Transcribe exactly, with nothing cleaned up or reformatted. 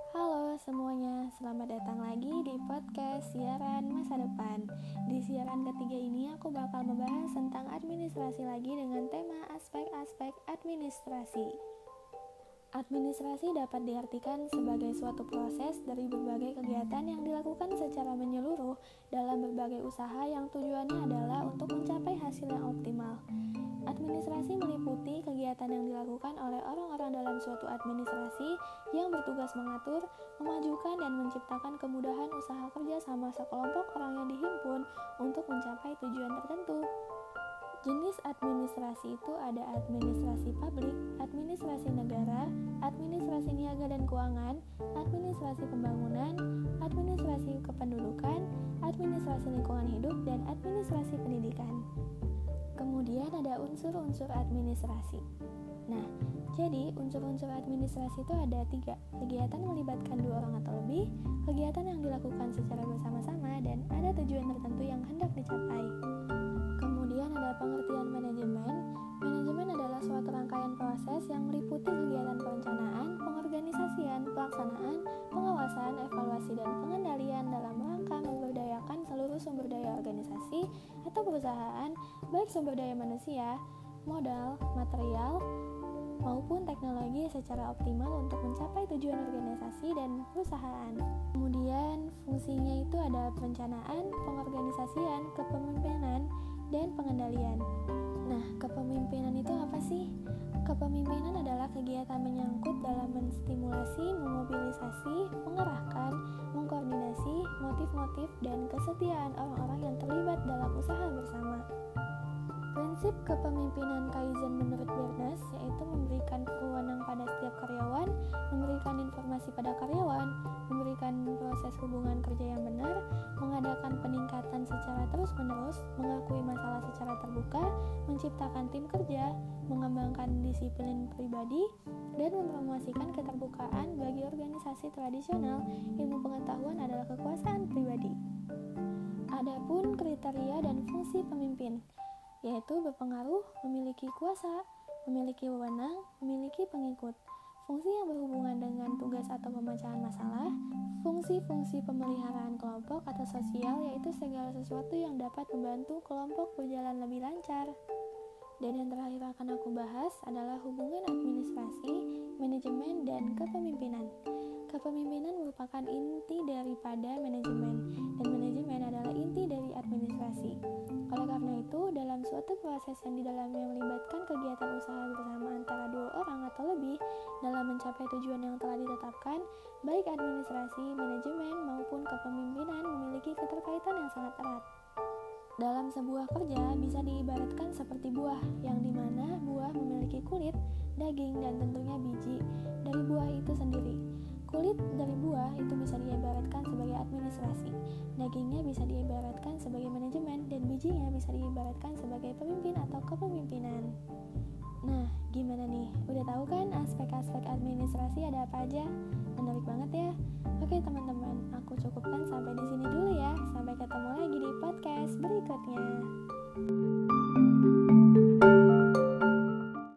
Halo semuanya, selamat datang lagi di podcast Siaran Masa Depan. Di siaran ketiga ini aku bakal membahas tentang administrasi lagi dengan tema aspek-aspek administrasi. Administrasi dapat diartikan sebagai suatu proses dari berbagai kegiatan yang dilakukan secara menyeluruh dalam berbagai usaha yang tujuannya adalah untuk mencapai hasil yang optimal. Administrasi meliputi kegiatan yang dilakukan oleh orang-orang dalam suatu administrasi yang bertugas mengatur, memajukan, dan menciptakan kemudahan usaha kerja sama sekelompok orang yang dihimpun untuk mencapai tujuan tertentu. Jenis administrasi itu ada administrasi publik, administrasi negara, administrasi niaga dan keuangan, administrasi pembangunan, administrasi kependudukan, administrasi lingkungan hidup, dan administrasi pendidikan. Kemudian ada unsur-unsur administrasi. Nah, jadi unsur-unsur administrasi itu ada tiga. Kegiatan melibatkan dua orang atau lebih, kegiatan yang dilakukan secara bersama-sama, dan ada tujuan tertentu yang hendak dicapai. Kemudian ada pengertian manajemen. Manajemen adalah suatu rangkaian proses yang meliputi kegiatan perencanaan, pengorganisasian, pelaksanaan, pengawasan, evaluasi, dan pengendalian dalam rangka memberdayakan seluruh sumber daya organisasi atau perusahaan, baik sumber daya manusia, modal, material, maupun teknologi secara optimal untuk mencapai tujuan organisasi dan perusahaan. Kemudian fungsinya itu ada perencanaan, pengorganisasian, kepemimpinan, dan pengendalian. Nah, kepemimpinan itu apa sih? Kepemimpinan adalah kegiatan menyangkut dalam menstimulasi, memobilisasi, mengerahkan, mengkoordinasi motif-motif dan kesetiaan orang-orang yang terlibat dalam usaha bersama. Prinsip kepemimpinan Kaizen menurut Bernas yaitu memberikan wewenang pada setiap karyawan, memberikan informasi pada karyawan, memberikan proses hubungan kerja yang benar, mengadakan peningkatan secara terus-menerus, mengakui masalah secara terbuka, menciptakan tim kerja, mengembangkan disiplin pribadi, dan mempromosikan keterbukaan bagi organisasi tradisional. Ilmu pengetahuan adalah kekuasaan pribadi. Adapun kriteria dan fungsi pemimpin, yaitu berpengaruh, memiliki kuasa, memiliki wewenang, memiliki pengikut, fungsi yang berhubungan dengan tugas atau pemecahan masalah, fungsi-fungsi pemeliharaan kelompok atau sosial, yaitu segala sesuatu yang dapat membantu kelompok berjalan lebih lancar. Dan yang terakhir akan aku bahas adalah hubungan administrasi, manajemen, dan kepemimpinan. Kepemimpinan merupakan inti daripada manajemen, dan manajemen adalah inti dari administrasi. Oleh karena itu, dalam suatu proses yang di dalamnya melibatkan kegiatan usaha bersama antara dua orang atau lebih dalam mencapai tujuan yang telah ditetapkan, baik administrasi, manajemen, maupun kepemimpinan memiliki keterkaitan yang sangat erat. Dalam sebuah kerja bisa diibaratkan seperti buah, yang dimana buah memiliki kulit, daging, dan tentunya biji dari buah itu sendiri. Kulit dari buah itu bisa diibaratkan sebagai administrasi, dagingnya bisa diibaratkan sebagai manajemen, dan bijinya bisa diibaratkan sebagai pemimpin atau kepemimpinan. Nah, gimana nih? Udah tahu kan aspek-aspek administrasi ada apa aja? Menarik banget ya. Oke teman-teman, aku cukupkan sampai di sini dulu ya. Sampai ketemu lagi di podcast berikutnya.